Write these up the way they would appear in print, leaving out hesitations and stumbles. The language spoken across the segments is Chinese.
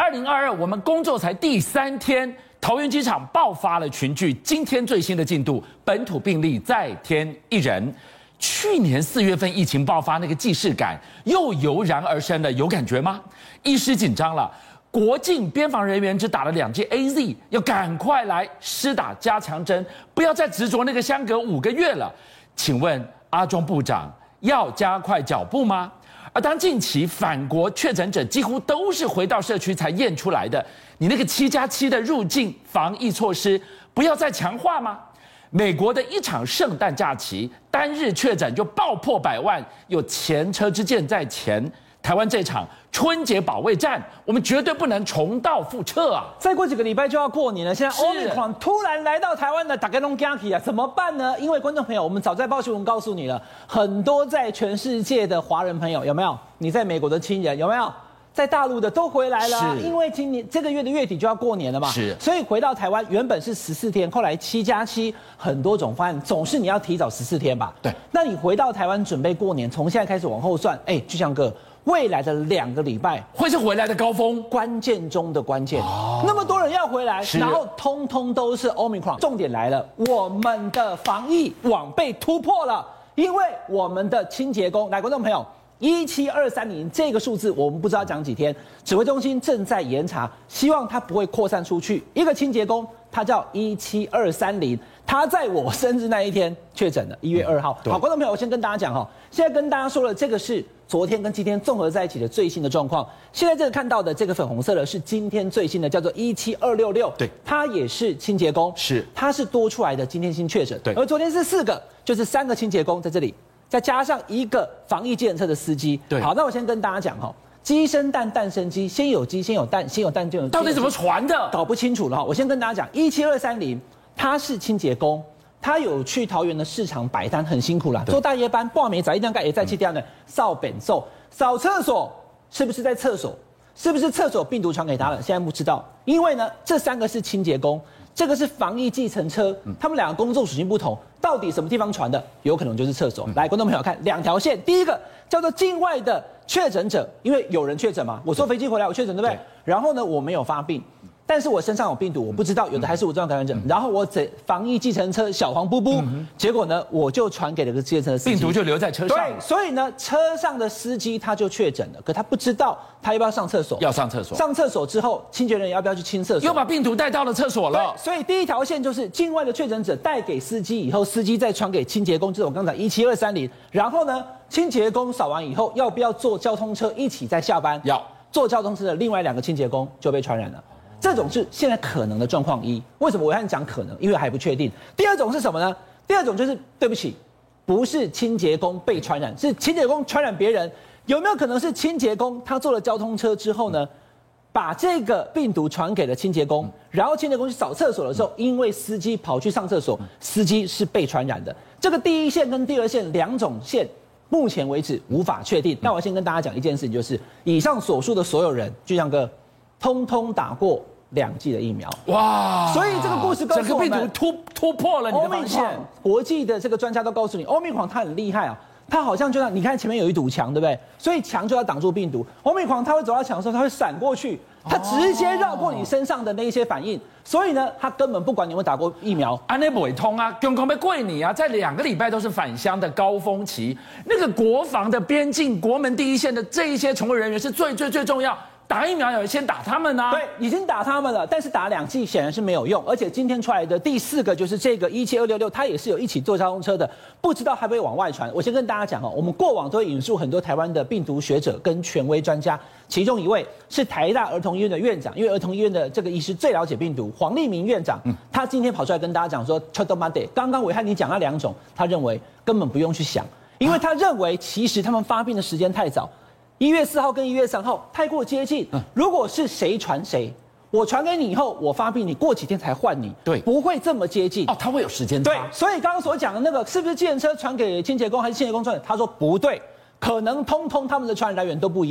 2022，我们工作才第3天，桃园机场爆发了群聚。今天最新的进度，本土病例再添1人。去年4月份疫情爆发，那个既视感又油然而生了，有感觉吗？医师紧张了，国境边防人员只打了2剂 AZ， 要赶快来施打加强针，不要再执着那个相隔5个月了。请问阿中部长要加快脚步吗？而当近期返国确诊者几乎都是回到社区才验出来的，你那个7+7的入境防疫措施不要再强化吗？美国的一场圣诞假期，单日确诊就爆破100万，有前车之鉴在前。台湾这场春节保卫战，我们绝对不能重蹈覆辙啊！ 再过几个礼拜就要过年了，现在Omicron突然来到台湾的，大家都惊起啊，怎么办呢？因为观众朋友，我们早在报新闻告诉你了，很多在全世界的华人朋友有没有？你在美国的亲人有没有？在大陆的都回来了，因为今年这个月的月底就要过年了嘛，所以回到台湾原本是14天，后来7+7，很多种方案，总是你要提早14天吧？对，那你回到台湾准备过年，从现在开始往后算，巨相哥。未来的2个礼拜会是回来的高峰， 关键中的关键。那么多人要回来，然后通通都是 Omicron。重点来了，我们的防疫网被突破了，因为我们的清洁工，来，观众朋友，17230这个数字我们不知道讲几天，指挥中心正在严查，希望它不会扩散出去。一个清洁工，他叫17230，他在我生日那一天确诊了，1月2号。好，观众朋友，我先跟大家讲哈，现在跟大家说了，这个是昨天跟今天综合在一起的最新的状况。现在这个看到的这个粉红色的是今天最新的，叫做17266，对，他也是清洁工，是，他是多出来的今天新确诊，对，而昨天是4个，就是3个清洁工在这里。再加上1个防疫计程车的司机，对，好，那我先跟大家讲哈，鸡生蛋，蛋生鸡，先有鸡，先有蛋，先有蛋就有鸡， 到底怎么传的？ 搞不清楚了哈。我先跟大家讲，17230，他是清洁工，他有去桃园的市场摆摊，很辛苦啦，做大夜班，半暝早一定该也在去掉呢，扫本扫厕所，是不是在厕所？是不是厕所病毒传给他了？现在不知道，因为呢，这3个是清洁工。这个是防疫计程车，他们2个工作属性不同，到底什么地方传的？有可能就是厕所。来，观众朋友看2条线，第一个叫做境外的确诊者，因为有人确诊嘛，我坐飞机回来我确诊，对不对？然后呢，我没有发病，但是我身上有病毒，我不知道，有的还是无症状感染者。然后我防疫计程车小黄布布，结果呢，我就传给了个计程车司机， 病毒就留在车上。 对，所以呢，车上的司机他就确诊了，可他不知道他要不要上厕所。 要上厕所。上厕所之后，清洁人员要不要去清厕所？ 又把病毒带到了厕所了。 所以第一条线就是境外的确诊者带给司机以后，司机再传给清洁工，就是我刚才17230。然后呢，清洁工扫完以后，要不要坐交通车一起再下班？要。坐交通车的另外2个清洁工就被传染了。这种是现在可能的状况1。为什么我和你讲可能？因为还不确定。第2种是什么呢？第2种就是对不起，不是清洁工被传染，是清洁工传染别人。有没有可能是清洁工他坐了交通车之后呢，把这个病毒传给了清洁工，然后清洁工去扫厕所的时候，因为司机跑去上厕所，司机是被传染的。这个第1线跟第2线2种线，目前为止无法确定。但我先跟大家讲一件事情，就是以上所述的所有人，就像哥，通通打过2剂的疫苗。哇！所以这个故事告诉我们， 整个病毒突破了你的防线。 国际的这个专家都告诉你，Omicron它很厉害啊。它好像就像你看前面有一堵墙，对不对？所以墙就要挡住病毒。Omicron它会走到墙的时候，它会闪过去，它直接绕过你身上的那一些反应。所以呢，它根本不管你有没有打过疫苗， 安内不会通啊，刚刚被跪你啊，在2个礼拜都是返乡的高峰期，那个国防的边境、国门第一线的这一些从业人员是最重要。打疫苗要先打他们啊！ 对，已经打他们了，但是打2剂显然是没有用。而且今天出来的第4个就是这个17266，他也是有一起坐交通车的，不知道还会不会往外传。我先跟大家讲我们过往都会引述很多台湾的病毒学者跟权威专家，其中一位是台大儿童医院的院长，因为儿童医院的这个医师最了解病毒，黄立明院长，他今天跑出来跟大家讲说 刚刚我和你讲那2种，他认为根本不用去想，因为他认为其实他们发病的时间太早。1月4号跟1月3号太过接近，如果是谁传谁，我传给你以后，我发病，你过几天才换你，对，不会这么接近哦，它会有时间差。 对，所以刚刚所讲的那个是不是计程车传给清洁工还是清洁工传给？他说不对，可能通他们的传染来源都不一样。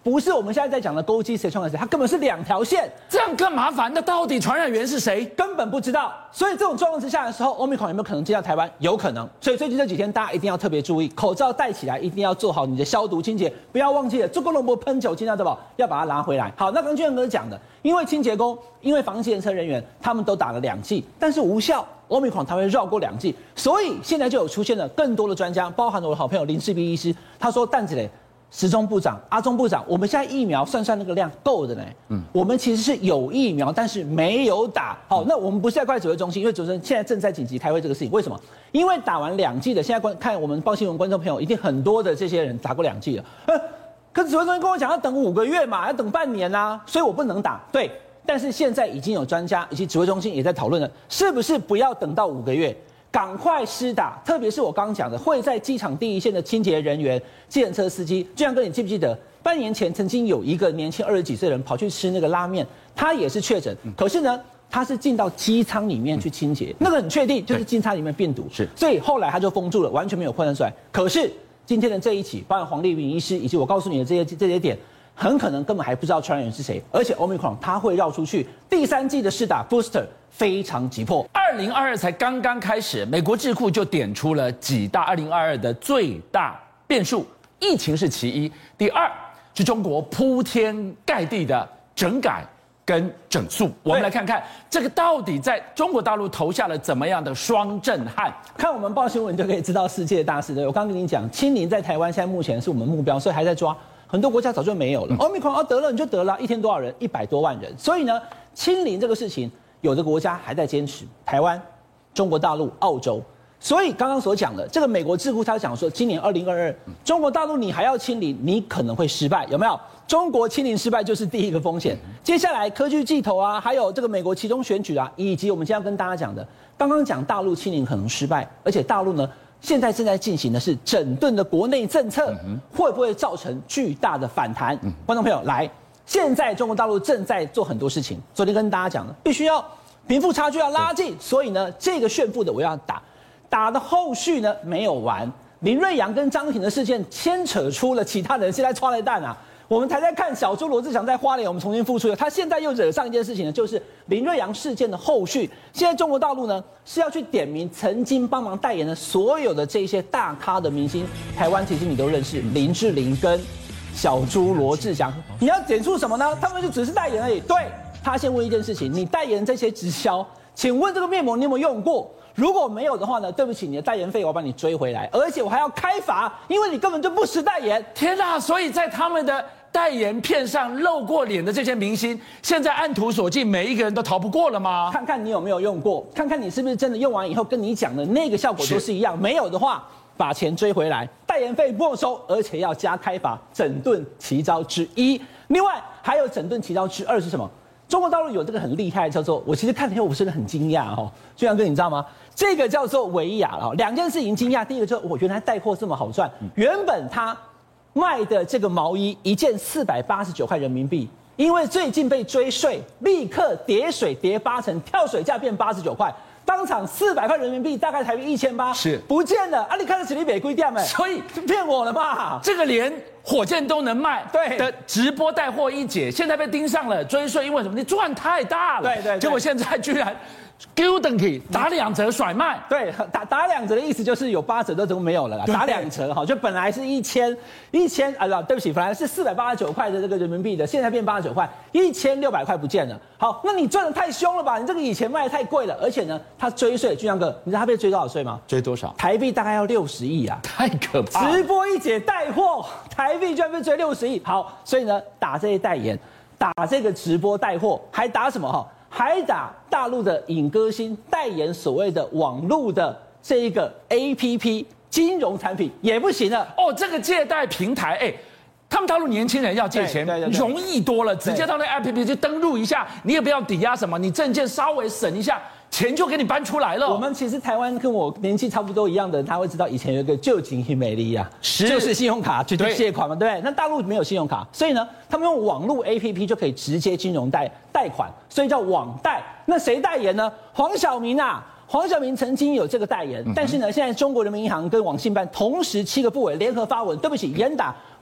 不是我们现在在讲的勾稽谁传给谁，它根本是2条线， 这样更麻烦。那到底传染源是谁？ 根本不知道。所以这种状况之下的时候，Omicron有没有可能进到台湾？有可能。所以最近这几天大家一定要特别注意，口罩戴起来一定要做好你的消毒清洁，不要忘记了，做过龙膜喷酒精要把它拿回来。好，那刚俊仁哥讲的，因为清洁工、因为防疫检测人员，他们都打了2剂，但是无效。Omicron 它会绕过2剂，所以现在就有出现了更多的专家，包含了我的好朋友林世璧医师，他说：“蛋子嘞，时中部长、阿中部长，我们现在疫苗算那个量够的呢。我们其实是有疫苗，但是没有打。好，那我们不是在怪指挥中心，因为主持人现在正在紧急开会这个事情。为什么？因为打完2剂的，现在看我们报新闻观众朋友，一定很多的这些人打过2剂了。可是指挥中心跟我讲要等5个月嘛，要等半年啊，所以我不能打。对。”但是现在已经有专家以及指挥中心也在讨论了，是不是不要等到5个月，赶快施打？特别是我刚刚讲的，会在机场第一线的清洁人员、计程车司机。俊阳哥，你记不记得半年前曾经有一个年轻20几岁的人跑去吃那个拉面，他也是确诊，可是呢，他是进到机舱里面去清洁，那个很确定就是机舱里面病毒，是，所以后来他就封住了，完全没有扩散出来。可是今天的这一起，包含黄立明医师以及我告诉你的这些点。很可能根本还不知道传染源是谁，而且 Omicron 它会绕出去。第3剂的施打 Booster 非常急迫。 2022才刚刚开始，美国智库就点出了几大2022的最大变数，疫情是其一，第2是中国铺天盖地的整改跟整肃。我们来看看这个到底在中国大陆投下了怎么样的双震撼。 看我们报新闻就可以知道世界大事的。我刚跟你讲，清零在台湾现在目前是我们目标，所以还在抓。很多国家早就没有了。Omicron 得了你就得了，一天多少人？100多万人。所以呢，清零这个事情，有的国家还在坚持，台湾、中国大陆、澳洲。所以刚刚所讲的这个美国智库，他讲说，今年2022，中国大陆你还要清零，你可能会失败，有没有？中国清零失败就是第一个风险。接下来科技巨头啊，还有这个美国期中选举啊，以及我们今天要跟大家讲的，刚刚讲大陆清零可能失败，而且大陆呢？现在正在进行的是整顿的国内政策，会不会造成巨大的反弹？观众朋友，来，现在中国大陆正在做很多事情。昨天跟大家讲了，必须要贫富差距要拉近，所以呢，这个炫富的我要打的后续呢没有完。林瑞阳跟张庭的事件牵扯出了其他人，现在抓了蛋啊！我们才在看小猪罗志祥在花莲，我们重新复出了。他现在又惹上一件事情呢，就是林瑞阳事件的后续。现在中国大陆呢是要去点名曾经帮忙代言的所有的这些大咖的明星，台湾其实你都认识，林志玲跟小猪罗志祥。你要点出什么呢？他们就只是代言而已。对，他先问一件事情：你代言这些直销，请问这个面膜你有没有用过？如果没有的话呢，对不起，你的代言费我要帮你追回来，而且我还要开罚，因为你根本就不实代言。 天哪！所以在他们的代言片上露过脸的这些明星，现在按图索骥，每一个人都逃不过了吗？ 看看你有没有用过，看看你是不是真的用完以后跟你讲的那个效果都是一样。没有的话，把钱追回来，代言费没收，而且要加开罚，整顿奇招之一。另外还有整顿奇招之2是什么？中国大陆有这个很厉害，叫做我其实看了以后我真的很惊讶哦，俊阳哥你知道吗？这个叫做维亚了，2件事情惊讶。第一个就是我原来带货这么好赚，原本他卖的这个毛衣1件489块人民币，因为最近被追税，立刻跌水跌8成，跳水价变89块。当场400块人民币，大概台币1800， 是不见了啊！你看得起你北归店没？ 所以骗我了吧？ 这个连火箭都能卖对的直播带货一姐，现在被盯上了追税，因为什么？你赚太大了， 对， 结果现在居然丢等级打2折甩卖， 对，打2折的意思就是有8折都没有了啦，打2折哈，就本来是1000啊，对不起，本来是489块的这个人民币的，现在变89块，1600块不见了。好，那你赚得太凶了吧？你这个以前卖得太贵了，而且呢，他追税，俊阳哥，你知道他被追多少税吗？ 追多少？ 台币大概要60亿啊， 太可怕了！ 直播一姐带货，台币居然被追60亿。好，所以呢，打这些代言，打这个直播带货，还打什么哈？还打大陆的影歌星代言所谓的网络的这一个 APP 金融产品也不行了哦，这个借贷平台，他们大陆年轻人要借钱容易多了，直接到那个 APP 就登录一下，你也不要抵押什么，你证件稍微审一下，钱就给你搬出来了。 我们其实台湾跟我年纪差不多一样的人，他会知道以前有一个旧景很美丽啊，就是信用卡去借款嘛，对不对？那大陆没有信用卡，所以呢，他们用网络 APP 就可以直接金融贷款，所以叫网贷。那谁代言呢？黄晓明啊。黄晓明曾经有这个代言，但是呢，现在中国人民银行跟网信办同时7个部委联合发文，对不起，严打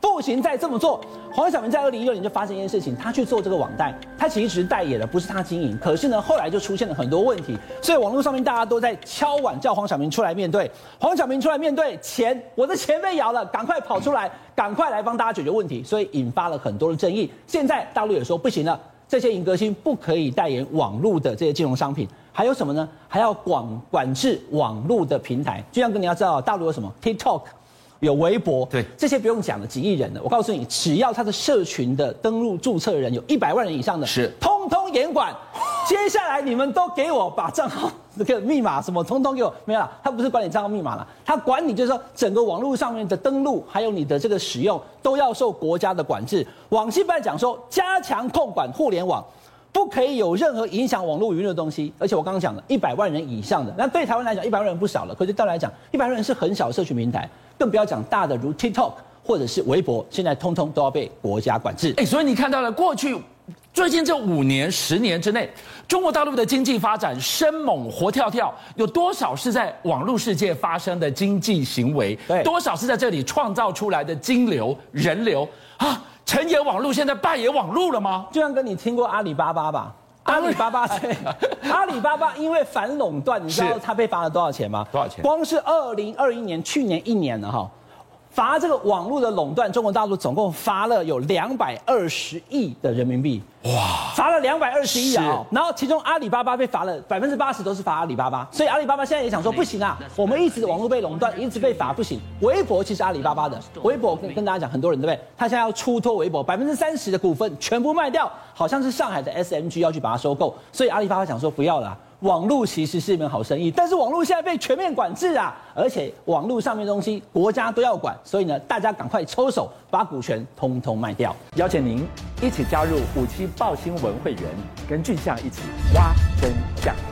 不行再这么做。黄晓明在2016年就发生一件事情，他去做这个网贷，他其实只是代言的，不是他经营。可是呢，后来就出现了很多问题，所以网络上面大家都在敲碗叫黄晓明出来面对。黄晓明出来面对，我的钱被咬了，赶快跑出来，赶快来帮大家解决问题，所以引发了很多的争议。现在大陆也说不行了，这些银革新不可以代言网络的这些金融商品。还有什么呢？还要管制网络的平台。就像你要知道，大陆有什么 TikTok。有微博， 对这些不用讲了，几亿人的。我告诉你，只要他的社群的登录注册人有100万人以上的， 是通通严管。接下来你们都给我把账号这个密码什么，通通给我没有啦。他不是管你账号密码啦，他管你就是说整个网络上面的登录，还有你的这个使用，都要受国家的管制。网信办讲说，加强控管互联网。不可以有任何影响网络舆论的东西，而且我刚刚讲了100万人以上的，那对台湾来讲100万人不少了，可是对来讲100万人是很小的社群平台，更不要讲大的如 TikTok 或者是微博，现在通通都要被国家管制。 所以你看到了过去最近这5年、10年之内，中国大陆的经济发展生猛活跳跳，有多少是在网络世界发生的经济行为，多少是在这里创造出来的金流、人流啊？成也网络，现在败也网络了吗？ 就像跟你听过阿里巴巴吧，阿里巴巴对，阿里巴巴因为反垄断，你知道他被罚了多少钱吗？ 多少钱？ 光是2021年，去年1年了哈。罚这个网络的垄断，中国大陆总共罚了有220亿的人民币，哇，罚了220亿啊！然后其中阿里巴巴被罚了80%都是罚阿里巴巴，所以阿里巴巴现在也想说不行啊，我们一直网络被垄断，一直被罚不行。微博其实阿里巴巴的，微博跟大家讲，很多人对不对？他现在要出脱微博30%的股份全部卖掉，好像是上海的 SMG 要去把它收购，所以阿里巴巴想说不要了。网络其实是一门好生意，但是网络现在被全面管制啊，而且网络上面的东西国家都要管，所以呢，大家赶快抽手，把股权通通卖掉。 邀请您一起加入57爆新闻会员，跟俊相一起挖真相。